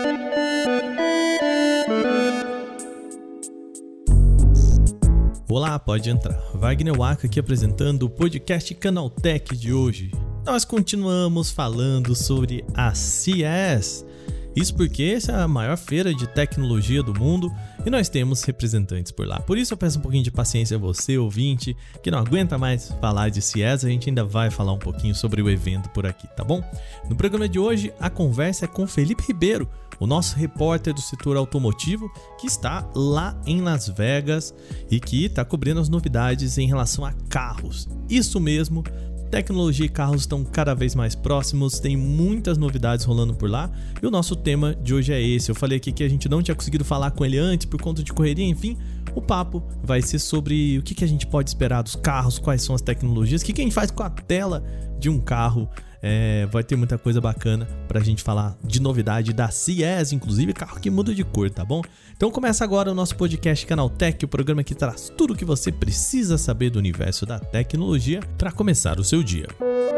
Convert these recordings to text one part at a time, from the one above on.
Olá, pode entrar. Wagner Waka aqui apresentando o podcast Canaltech de hoje. Nós continuamos falando sobre a CES. Isso porque essa é a maior feira de tecnologia do mundo e nós temos representantes por lá. Por isso eu peço um pouquinho de paciência a você, ouvinte, que não aguenta mais falar de CES. A gente ainda vai falar um pouquinho sobre o evento por aqui, tá bom? No programa de hoje, a conversa é com Felipe Ribeiro, o nosso repórter do setor automotivo, que está lá em Las Vegas e que está cobrindo as novidades em relação a carros. Isso mesmo, tecnologia e carros estão cada vez mais próximos, tem muitas novidades rolando por lá e o nosso tema de hoje é esse. Eu falei aqui que a gente não tinha conseguido falar com ele antes por conta de correria, enfim, o papo vai ser sobre o que a gente pode esperar dos carros, quais são as tecnologias, o que a gente faz com a tela de um carro. Vai ter muita coisa bacana pra gente falar de novidade da CES, inclusive carro que muda de cor, tá bom? Então começa agora o nosso podcast Canaltech, o programa que traz tudo o que você precisa saber do universo da tecnologia para começar o seu dia.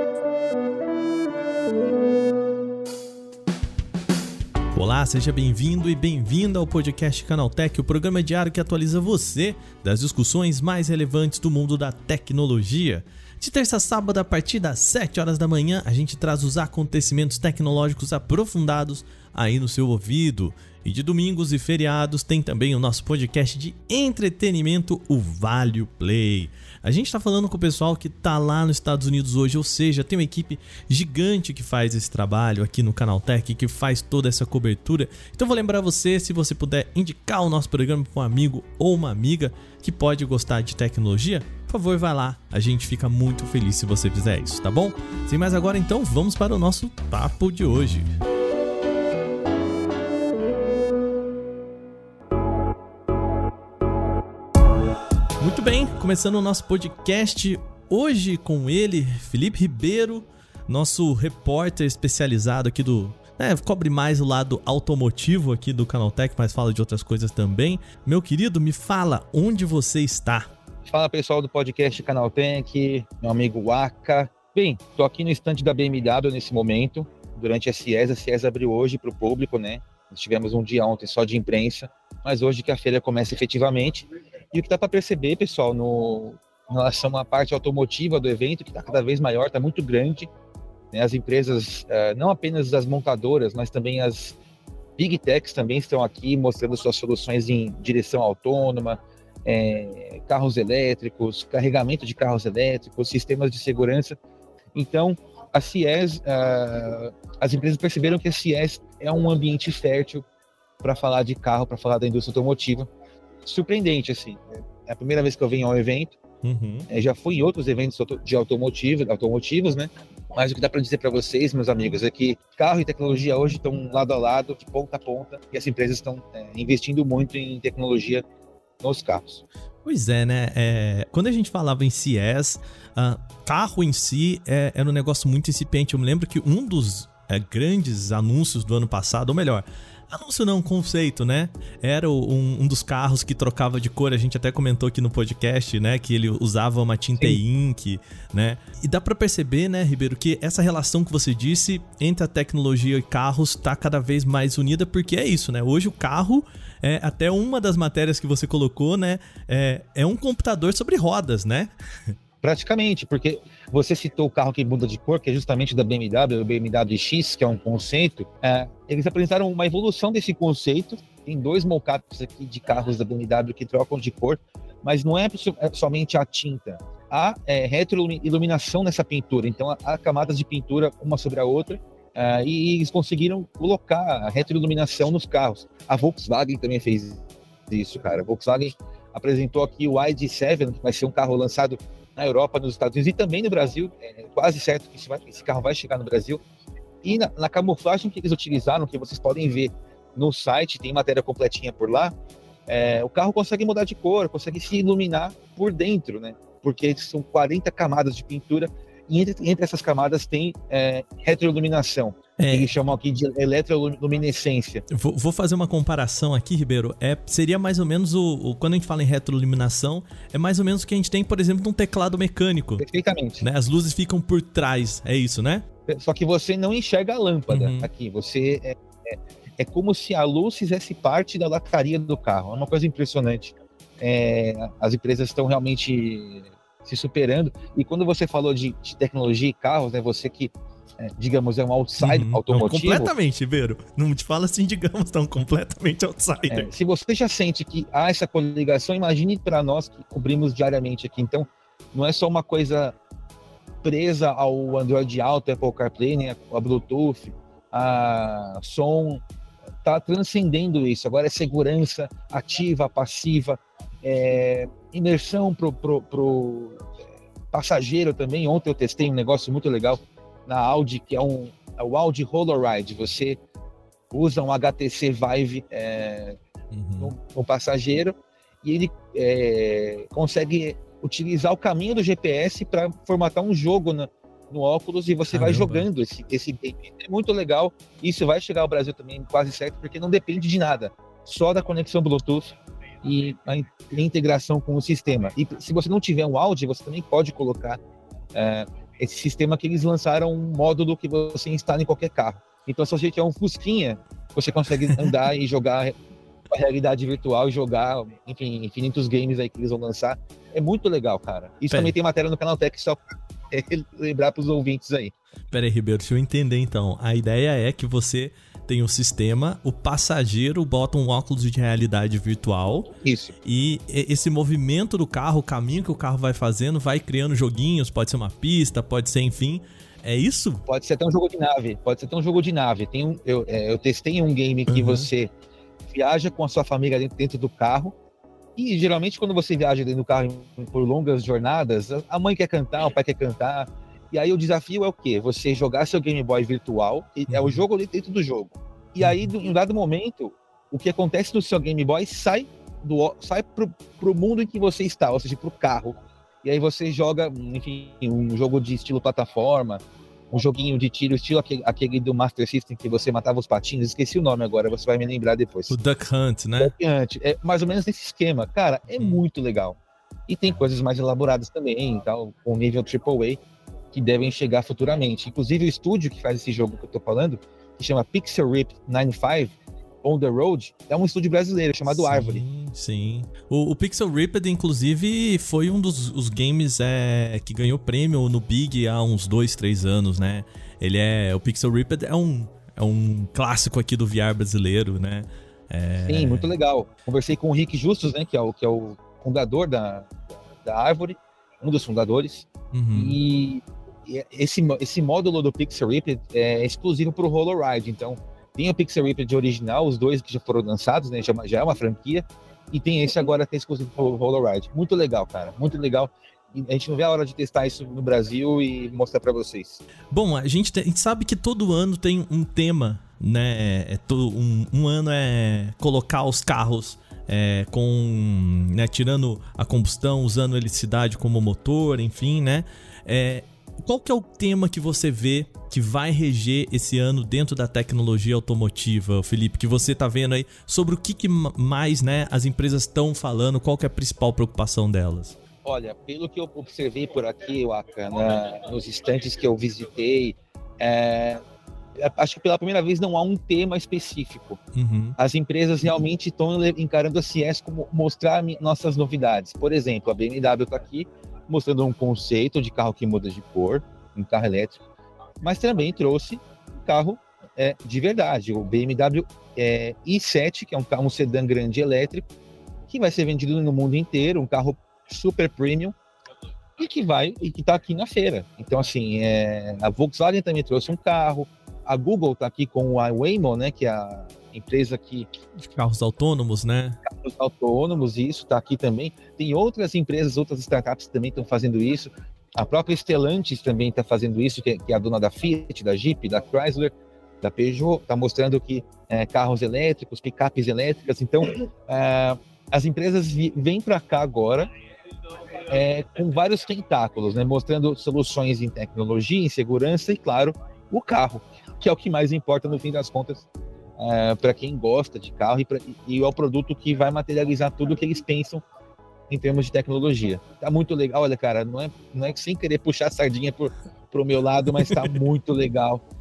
Olá, seja bem-vindo e bem-vinda ao podcast Canaltech, o programa diário que atualiza você das discussões mais relevantes do mundo da tecnologia. De terça a sábado, a partir das 7 horas da manhã, a gente traz os acontecimentos tecnológicos aprofundados aí no seu ouvido. E de domingos e feriados tem também o nosso podcast de entretenimento, o Vale Play. A gente está falando com o pessoal que está lá nos Estados Unidos hoje, ou seja, tem uma equipe gigante que faz esse trabalho aqui no Canaltech, que faz toda essa cobertura. Então vou lembrar você, se você puder indicar o nosso programa para um amigo ou uma amiga que pode gostar de tecnologia, por favor, vai lá, a gente fica muito feliz se você fizer isso, tá bom? Sem mais agora, então, vamos para o nosso papo de hoje. Muito bem, começando o nosso podcast hoje com ele, Felipe Ribeiro, nosso repórter especializado aqui cobre mais o lado automotivo aqui do Canaltech, mas fala de outras coisas também. Meu querido, me fala onde você está. Fala pessoal do podcast Canaltech, meu amigo Waka. Bem, tô aqui no estande da BMW nesse momento, durante a CES abriu hoje para o público, né? Nós tivemos um dia ontem só de imprensa, mas hoje que a feira começa efetivamente. E o que dá para perceber, pessoal, em relação à parte automotiva do evento, que está cada vez maior, está muito grande, né? As empresas, não apenas as montadoras, mas também as Big Techs também estão aqui mostrando suas soluções em direção autônoma, carros elétricos, carregamento de carros elétricos, sistemas de segurança. Então, a CES, as empresas perceberam que a CES é um ambiente fértil para falar de carro, para falar da indústria automotiva. Surpreendente, assim. É a primeira vez que eu venho ao evento. Já fui em outros eventos de automotivos, né? Mas o que dá para dizer para vocês, meus amigos, é que carro e tecnologia hoje estão lado a lado, de ponta a ponta, e as empresas estão investindo muito em tecnologia nos carros. Pois é, né? Quando a gente falava em CES, carro em si era um negócio muito incipiente. Eu me lembro que um dos grandes anúncios do ano passado, ou melhor, anúncio não, conceito, né? Era um dos carros que trocava de cor, a gente até comentou aqui no podcast, né? Que ele usava uma tinta ink, né? E dá pra perceber, né, Ribeiro, que essa relação que você disse entre a tecnologia e carros tá cada vez mais unida, porque é isso, né? Hoje o carro, até uma das matérias que você colocou, né? É um computador sobre rodas, né? Praticamente, porque você citou o carro que muda de cor, que é justamente da BMW, o BMW X, que é um conceito. Eles apresentaram uma evolução desse conceito. Tem 2 mockups aqui de carros da BMW que trocam de cor, mas não é somente a tinta. Há retroiluminação nessa pintura, então há camadas de pintura uma sobre a outra, e eles conseguiram colocar a retroiluminação nos carros. A Volkswagen também fez isso, cara. A Volkswagen apresentou aqui o ID7, que vai ser um carro lançado na Europa, nos Estados Unidos e também no Brasil. É quase certo que esse carro vai chegar no Brasil. E na camuflagem que eles utilizaram, que vocês podem ver no site, tem matéria completinha por lá, o carro consegue mudar de cor, consegue se iluminar por dentro, né? Porque são 40 camadas de pintura e entre essas camadas tem retroiluminação. Eles chamam aqui de eletroluminescência. Vou fazer uma comparação aqui, Ribeiro. Seria mais ou menos quando a gente fala em retroiluminação, é mais ou menos o que a gente tem, por exemplo, num teclado mecânico. Perfeitamente. Né? As luzes ficam por trás, é isso, né? Só que você não enxerga a lâmpada aqui. Você é como se a luz fizesse parte da lataria do carro. É uma coisa impressionante. As empresas estão realmente se superando. E quando você falou de tecnologia e carros, né, você que, digamos, é um outsider automotivo... Não, completamente, Ribeiro. Não te fala assim, digamos, tão completamente outsider. Se você já sente que há essa coligação, imagine para nós que cobrimos diariamente aqui. Então, não é só uma coisa presa ao Android Auto, Apple CarPlay, né, a Bluetooth, a som, está transcendendo isso. Agora é segurança ativa, passiva, imersão pro passageiro também. Ontem eu testei um negócio muito legal na Audi, que é o Audi Holoride. Você usa um HTC Vive no passageiro e ele consegue utilizar o caminho do GPS para formatar um jogo no óculos, e você vai jogando esse game. É muito legal. Isso vai chegar ao Brasil também quase certo, porque não depende de nada, só da conexão Bluetooth e a integração com o sistema. E se você não tiver um Audi, você também pode colocar esse sistema que eles lançaram, um módulo que você instala em qualquer carro. Então, se você tiver um Fusquinha, você consegue andar e jogar a realidade virtual e jogar, enfim, infinitos games aí que eles vão lançar. É muito legal, cara. Isso também tem matéria no Canaltech, só pra lembrar pros ouvintes aí. Pera aí, Ribeiro, deixa eu entender então. A ideia é que você tem um sistema, o passageiro bota um óculos de realidade virtual. Isso. E esse movimento do carro, o caminho que o carro vai fazendo, vai criando joguinhos, pode ser uma pista, pode ser, enfim... É isso? Pode ser até um jogo de nave. Eu testei um game que você viaja com a sua família dentro do carro, e geralmente quando você viaja dentro do carro por longas jornadas, a mãe quer cantar, o pai quer cantar, e aí o desafio é o quê? Você jogar seu Game Boy virtual, e é o jogo ali dentro do jogo. E aí, em um dado momento, o que acontece no seu Game Boy sai pro mundo em que você está, ou seja, pro carro. E aí você joga, enfim, um jogo de estilo plataforma, um joguinho de tiro, estilo aquele do Master System que você matava os patinhos. Esqueci o nome agora, você vai me lembrar depois. O Duck Hunt, né? Duck Hunt, é mais ou menos nesse esquema. Cara, é muito legal. E tem coisas mais elaboradas também, tal, com nível AAA, que devem chegar futuramente. Inclusive o estúdio que faz esse jogo que eu tô falando, que chama Pixel Rip 95, On The Road, é um estúdio brasileiro chamado Árvore. Sim. O Pixel Ripped, inclusive, foi um dos games que ganhou prêmio no Big há uns 2-3 anos, né? O Pixel Ripped é um clássico aqui do VR brasileiro, né? Sim, muito legal. Conversei com o Rick Justus, né? Que é o fundador da Árvore, um dos fundadores. E esse módulo do Pixel Ripped é exclusivo para o Holoride. Então, tem o Pixel Ripped original, os dois que já foram lançados, né? Já é uma franquia. E tem esse agora que é exclusivo para o Holoride. Muito legal, cara. Muito legal. E a gente não vê a hora de testar isso no Brasil e mostrar para vocês. Bom, a gente sabe que todo ano tem um tema, né? Um ano é colocar os carros tirando a combustão, usando a eletricidade como motor, enfim, né? Qual que é o tema que você vê que vai reger esse ano dentro da tecnologia automotiva, Felipe, que você tá vendo aí, sobre o que mais, né, as empresas estão falando, qual que é a principal preocupação delas? Olha, pelo que eu observei por aqui, Waka, nos estantes que eu visitei, acho que pela primeira vez não há um tema específico. As empresas realmente estão encarando a CES como mostrar nossas novidades. Por exemplo, a BMW está aqui mostrando um conceito de carro que muda de cor, um carro elétrico, mas também trouxe um carro de verdade, o BMW i7, que é um sedã grande elétrico, que vai ser vendido no mundo inteiro, um carro super premium, e que está aqui na feira. Então, assim, a Volkswagen também trouxe um carro, a Google está aqui com a Waymo, né, que é a empresa que... De carros autônomos, né? Carros autônomos, isso está aqui também. Tem outras empresas, outras startups que também estão fazendo isso. A própria Stellantis também está fazendo isso, que é a dona da Fiat, da Jeep, da Chrysler, da Peugeot, está mostrando que carros elétricos, picapes elétricas. Então, as empresas vêm para cá agora com vários tentáculos, né, mostrando soluções em tecnologia, em segurança e, claro, o carro, que é o que mais importa no fim das contas para quem gosta de carro e é o produto que vai materializar tudo o que eles pensam em termos de tecnologia. Tá muito legal, olha, cara, não é sem querer puxar a sardinha pro meu lado, mas tá muito legal.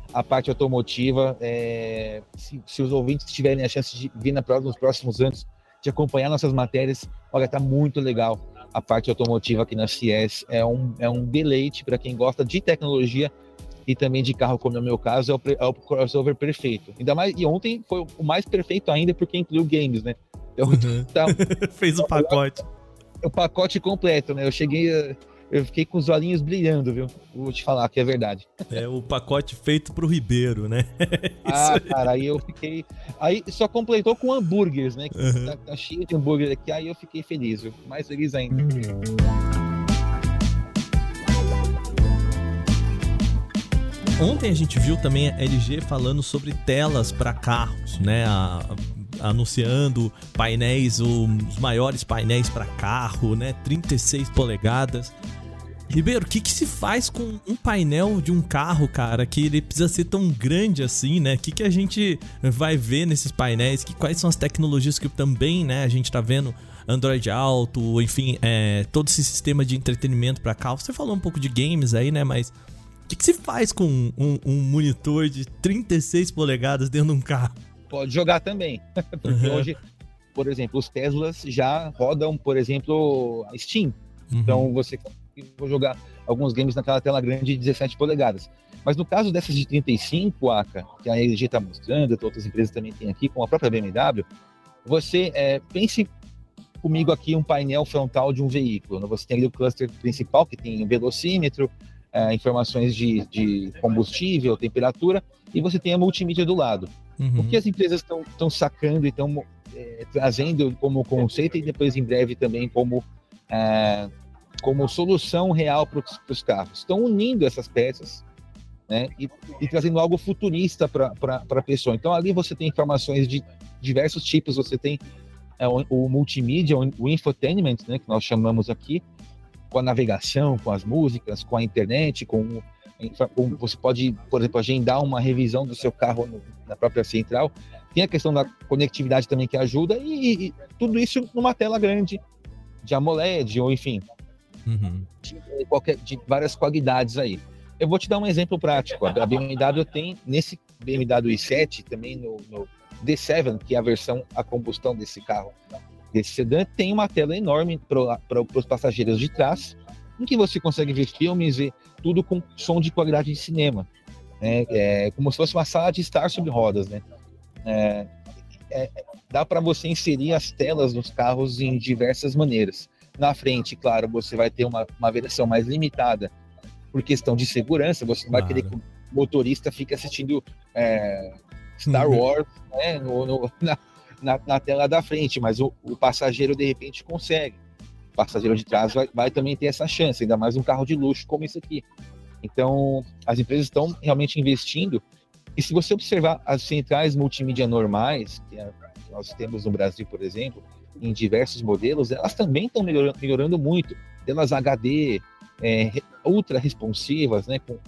a parte automotiva. Se os ouvintes tiverem a chance de vir nos próximos anos, de acompanhar nossas matérias, olha, tá muito legal. A parte automotiva aqui na CES é um deleite para quem gosta de tecnologia e também de carro, como é o meu caso, é o crossover perfeito. Ainda mais, e ontem foi o mais perfeito ainda, porque incluiu games, né? Fez o pacote. O pacote completo, né? Eu fiquei com os olhinhos brilhando, viu? Vou te falar que é verdade. É o pacote feito pro Ribeiro, né? Cara, aí eu fiquei... Aí só completou com hambúrgueres, né? Tá cheio de hambúrguer aqui, aí eu fiquei feliz, viu? Mais feliz ainda. Ontem a gente viu também a LG falando sobre telas para carros, né? Anunciando painéis, os maiores painéis para carro, né? 36 polegadas. Ribeiro, o que se faz com um painel de um carro, cara, que ele precisa ser tão grande assim, né? O que a gente vai ver nesses painéis? Quais são as tecnologias que também, né, a gente tá vendo? Android Auto, enfim, todo esse sistema de entretenimento para carro. Você falou um pouco de games aí, né? Mas o que se faz com um monitor de 36 polegadas dentro de um carro? Pode jogar também, porque hoje, por exemplo, os Teslas já rodam, por exemplo, a Steam. Então você pode jogar alguns games naquela tela grande de 17 polegadas. Mas no caso dessas de 35, Aka, que a LG está mostrando, que outras empresas também têm aqui, como a própria BMW, você pense comigo aqui um painel frontal de um veículo. Você tem ali o cluster principal, que tem velocímetro, informações de combustível, temperatura, e você tem a multimídia do lado. O que as empresas estão sacando e estão trazendo como conceito, e depois em breve também como solução real para os carros. Estão unindo essas peças, né, e trazendo algo futurista para a pessoa. Então ali você tem informações de diversos tipos, você tem o multimídia, o infotainment, né, que nós chamamos aqui, com a navegação, com as músicas, com a internet, você pode, por exemplo, agendar uma revisão do seu carro na própria central. Tem a questão da conectividade também que ajuda, e tudo isso numa tela grande, de AMOLED, ou enfim, de várias qualidades aí. Eu vou te dar um exemplo prático. A BMW tem, nesse BMW i7, também no D7, que é a versão a combustão desse carro, desse sedã, tem uma tela enorme para os passageiros de trás, em que você consegue ver filmes, ver tudo com som de qualidade de cinema, né? Como se fosse uma sala de estar sobre rodas, né? Dá para você inserir as telas nos carros em diversas maneiras. Na frente, claro, você vai ter uma versão mais limitada por questão de segurança. Você vai querer que o motorista fique assistindo Star Wars, né, na tela da frente, mas o passageiro de repente consegue. O passageiro de trás vai também ter essa chance, ainda mais um carro de luxo como esse aqui. Então, as empresas estão realmente investindo. E se você observar as centrais multimídia normais, que nós temos no Brasil, por exemplo, em diversos modelos, elas também estão melhorando muito. Telas HD, ultra responsivas, né, com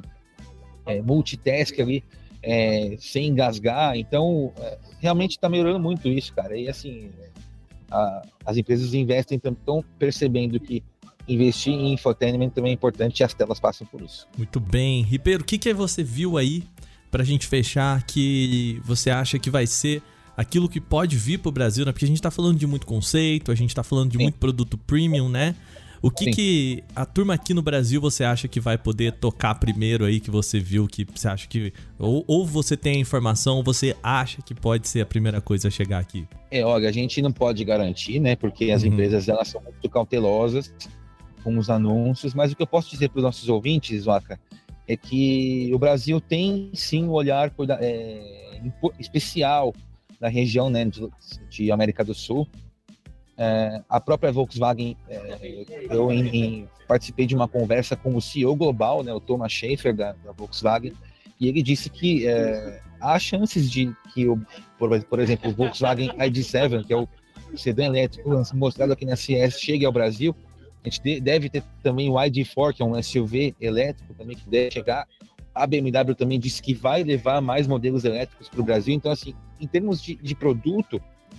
multitask ali, sem engasgar. Então, realmente está melhorando muito isso, cara. E assim, as empresas investem, estão percebendo que investir em infotainment também é importante, e as telas passam por isso. Muito bem. Ribeiro, o que você viu aí, pra gente fechar, que você acha que vai ser aquilo que pode vir pro Brasil, né? Porque a gente tá falando de muito conceito, a gente tá falando de muito produto premium, né? O que a turma aqui no Brasil você acha que vai poder tocar primeiro aí, que você viu, que você acha que... Ou você tem a informação, ou você acha que pode ser a primeira coisa a chegar aqui? Olha, a gente não pode garantir, né? Porque as empresas, elas são muito cautelosas com os anúncios, mas o que eu posso dizer para os nossos ouvintes, Waka, é que o Brasil tem sim um olhar especial na região, né, de América do Sul. A própria Volkswagen, eu participei de uma conversa com o CEO global, né, o Thomas Schaefer da Volkswagen, e ele disse que há chances de que, por exemplo, o Volkswagen ID7, que é o sedã elétrico mostrado aqui na CES, chegue ao Brasil. A gente deve ter também o ID4, que é um SUV elétrico também, que deve chegar. A BMW também disse que vai levar mais modelos elétricos para o Brasil. Então, assim, em termos de produto,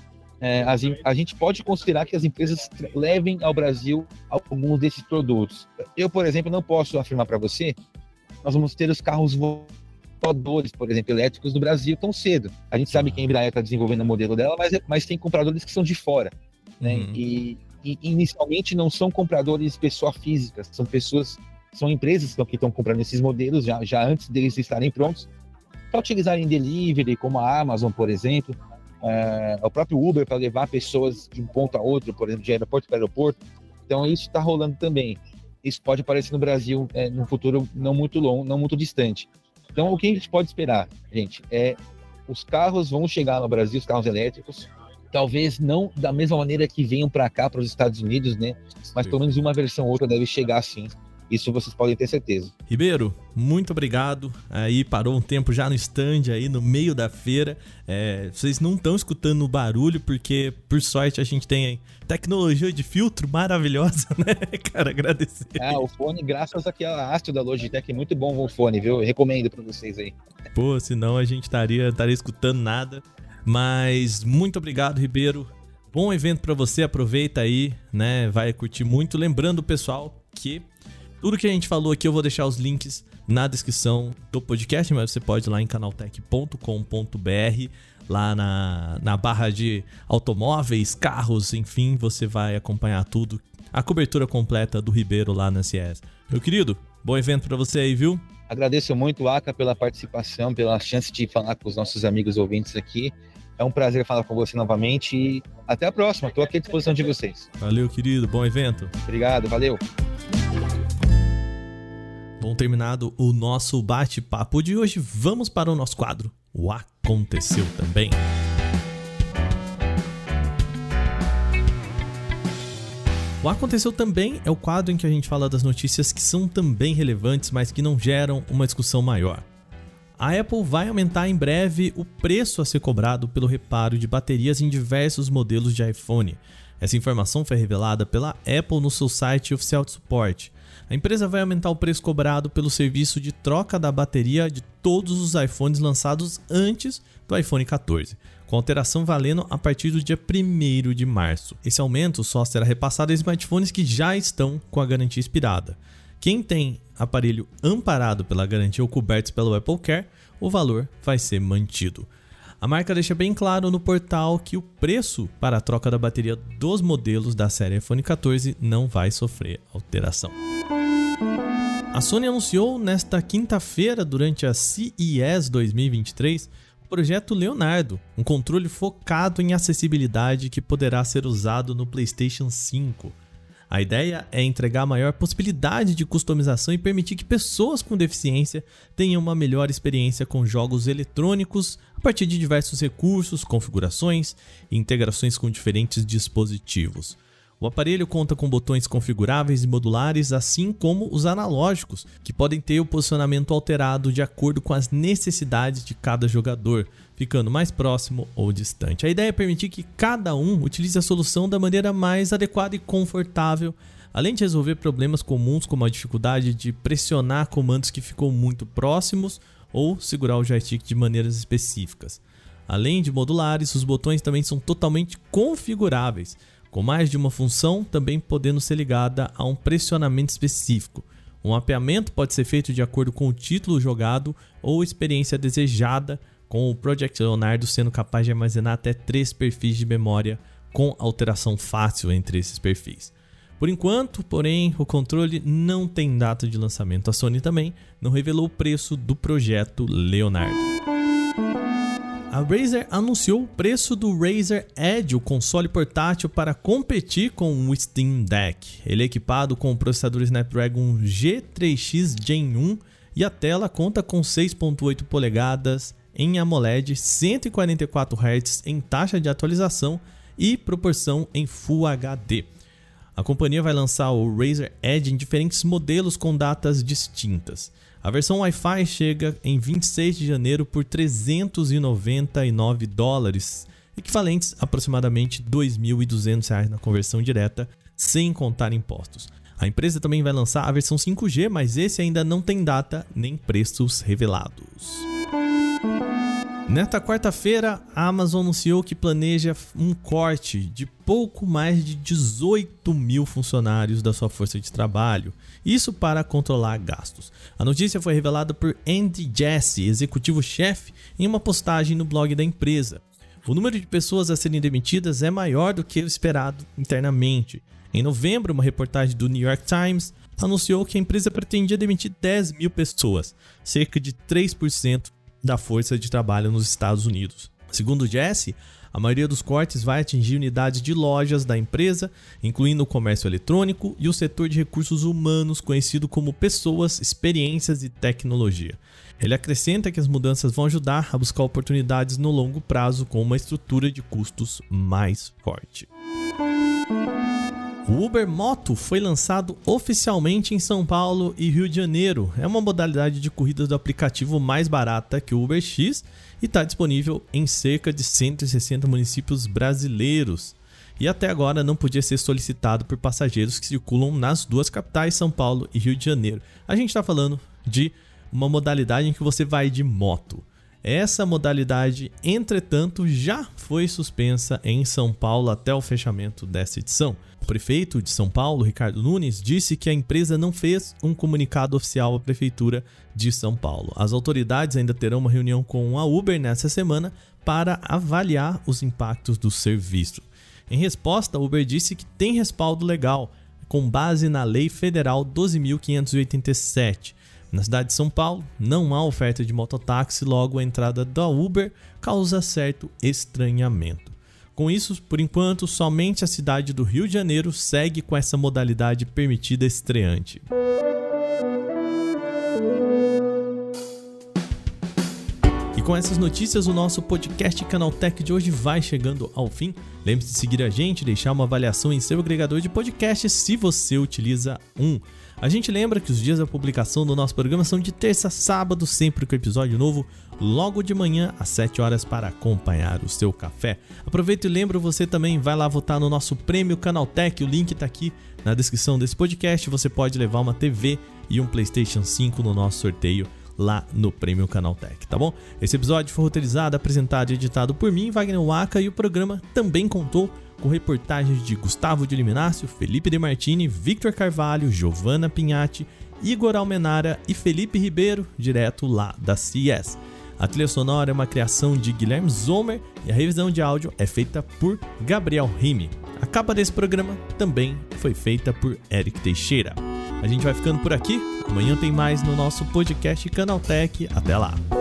a gente pode considerar que as empresas levem ao Brasil alguns desses produtos. Eu, por exemplo, não posso afirmar para você, nós vamos ter os carros computadores, por exemplo, elétricos do Brasil tão cedo. A gente sabe que a Embraer está desenvolvendo o modelo dela, mas tem compradores que são de fora, né? E inicialmente não são compradores pessoa física, são empresas que estão comprando esses modelos já antes deles estarem prontos para utilizarem delivery, como a Amazon, por exemplo, o próprio Uber para levar pessoas de um ponto a outro, por exemplo, de aeroporto para aeroporto. Então isso está rolando também. Isso pode aparecer no Brasil num futuro não muito longo, não muito distante. Então o que a gente pode esperar, gente, os carros vão chegar no Brasil, os carros elétricos, talvez não da mesma maneira que venham para cá, para os Estados Unidos, né? Mas pelo menos uma versão ou outra deve chegar sim. Isso vocês podem ter certeza. Ribeiro, muito obrigado. Aí parou um tempo já no stand, aí no meio da feira. Vocês não estão escutando o barulho, porque por sorte a gente tem tecnologia de filtro maravilhosa, né, cara? Agradecer. O fone, graças àquela haste da Logitech, é muito bom o fone, viu? Eu recomendo para vocês aí. Pô, senão a gente estaria escutando nada. Mas muito obrigado, Ribeiro. Bom evento para você, aproveita aí, né? Vai curtir muito. Lembrando, pessoal, que tudo que a gente falou aqui eu vou deixar os links na descrição do podcast, mas você pode ir lá em canaltech.com.br, lá na barra de automóveis, carros, enfim, você vai acompanhar tudo, a cobertura completa do Ribeiro lá na CES. Meu querido, bom evento para você aí, viu? Agradeço muito, Aka, pela participação, pela chance de falar com os nossos amigos ouvintes aqui. É um prazer falar com você novamente e até a próxima. Estou aqui à disposição de vocês. Valeu, querido. Bom evento. Obrigado, valeu. Bom, terminado o nosso bate-papo de hoje, vamos para o nosso quadro. O Aconteceu Também. O Aconteceu Também é o quadro em que a gente fala das notícias que são também relevantes, mas que não geram uma discussão maior. A Apple vai aumentar em breve o preço a ser cobrado pelo reparo de baterias em diversos modelos de iPhone. Essa informação foi revelada pela Apple no seu site oficial de suporte. A empresa vai aumentar o preço cobrado pelo serviço de troca da bateria de todos os iPhones lançados antes do iPhone 14, com alteração valendo a partir do dia 1º de março. Esse aumento só será repassado a smartphones que já estão com a garantia expirada. Quem tem aparelho amparado pela garantia ou cobertos pelo Apple Care, o valor vai ser mantido. A marca deixa bem claro no portal que o preço para a troca da bateria dos modelos da série iPhone 14 não vai sofrer alteração. A Sony anunciou nesta quinta-feira, durante a CES 2023, o projeto Leonardo, um controle focado em acessibilidade que poderá ser usado no PlayStation 5. A ideia é entregar maior possibilidade de customização e permitir que pessoas com deficiência tenham uma melhor experiência com jogos eletrônicos a partir de diversos recursos, configurações e integrações com diferentes dispositivos. O aparelho conta com botões configuráveis e modulares, assim como os analógicos, que podem ter o posicionamento alterado de acordo com as necessidades de cada jogador, ficando mais próximo ou distante. A ideia é permitir que cada um utilize a solução da maneira mais adequada e confortável, além de resolver problemas comuns como a dificuldade de pressionar comandos que ficam muito próximos ou segurar o joystick de maneiras específicas. Além de modulares, os botões também são totalmente configuráveis, com mais de uma função também podendo ser ligada a um pressionamento específico. O mapeamento pode ser feito de acordo com o título jogado ou experiência desejada, com o Project Leonardo sendo capaz de armazenar até 3 perfis de memória com alteração fácil entre esses perfis. Por enquanto, porém, o controle não tem data de lançamento. A Sony também não revelou o preço do projeto Leonardo. A Razer anunciou o preço do Razer Edge, o console portátil para competir com o Steam Deck. Ele é equipado com o processador Snapdragon G3X Gen 1 e a tela conta com 6.8 polegadas em AMOLED, 144 Hz em taxa de atualização e proporção em Full HD. A companhia vai lançar o Razer Edge em diferentes modelos com datas distintas. A versão Wi-Fi chega em 26 de janeiro por $399, equivalentes a aproximadamente R$ 2.200 na conversão direta, sem contar impostos. A empresa também vai lançar a versão 5G, mas esse ainda não tem data nem preços revelados. Nesta quarta-feira, a Amazon anunciou que planeja um corte de pouco mais de 18 mil funcionários da sua força de trabalho, isso para controlar gastos. A notícia foi revelada por Andy Jassy, executivo-chefe, em uma postagem no blog da empresa. O número de pessoas a serem demitidas é maior do que o esperado internamente. Em novembro, uma reportagem do New York Times anunciou que a empresa pretendia demitir 10 mil pessoas, cerca de 3% da força de trabalho nos Estados Unidos. Segundo Jassy, a maioria dos cortes vai atingir unidades de lojas da empresa, incluindo o comércio eletrônico e o setor de recursos humanos, conhecido como pessoas, experiências e tecnologia. Ele acrescenta que as mudanças vão ajudar a buscar oportunidades no longo prazo com uma estrutura de custos mais forte. O Uber Moto foi lançado oficialmente em São Paulo e Rio de Janeiro. É uma modalidade de corridas do aplicativo mais barata que o UberX e está disponível em cerca de 160 municípios brasileiros. E até agora não podia ser solicitado por passageiros que circulam nas duas capitais, São Paulo e Rio de Janeiro. A gente está falando de uma modalidade em que você vai de moto. Essa modalidade, entretanto, já foi suspensa em São Paulo até o fechamento dessa edição. O prefeito de São Paulo, Ricardo Nunes, disse que a empresa não fez um comunicado oficial à prefeitura de São Paulo. As autoridades ainda terão uma reunião com a Uber nessa semana para avaliar os impactos do serviço. Em resposta, a Uber disse que tem respaldo legal, com base na Lei Federal 12.587. Na cidade de São Paulo, não há oferta de mototáxi, logo a entrada da Uber causa certo estranhamento. Com isso, por enquanto, somente a cidade do Rio de Janeiro segue com essa modalidade permitida estreante. E com essas notícias, o nosso podcast Canaltech de hoje vai chegando ao fim. Lembre-se de seguir a gente e deixar uma avaliação em seu agregador de podcast se você utiliza um. A gente lembra que os dias da publicação do nosso programa são de terça a sábado, sempre com episódio novo, logo de manhã às 7 horas para acompanhar o seu café. Aproveito e lembro, você também vai lá votar no nosso prêmio Canaltech, o link está aqui na descrição desse podcast. Você pode levar uma TV e um PlayStation 5 no nosso sorteio lá no Prêmio Canaltech, tá bom? Esse episódio foi roteirizado, apresentado e editado por mim, Wagner Waka, e o programa também contou com reportagens de Gustavo de Liminácio, Felipe De Martini, Victor Carvalho, Giovanna Pinhatti, Igor Almenara e Felipe Ribeiro, direto lá da CES. A trilha sonora é uma criação de Guilherme Zomer e a revisão de áudio é feita por Gabriel Rime. A capa desse programa também foi feita por Eric Teixeira. A gente vai ficando por aqui, amanhã tem mais no nosso podcast Canaltech. Até lá!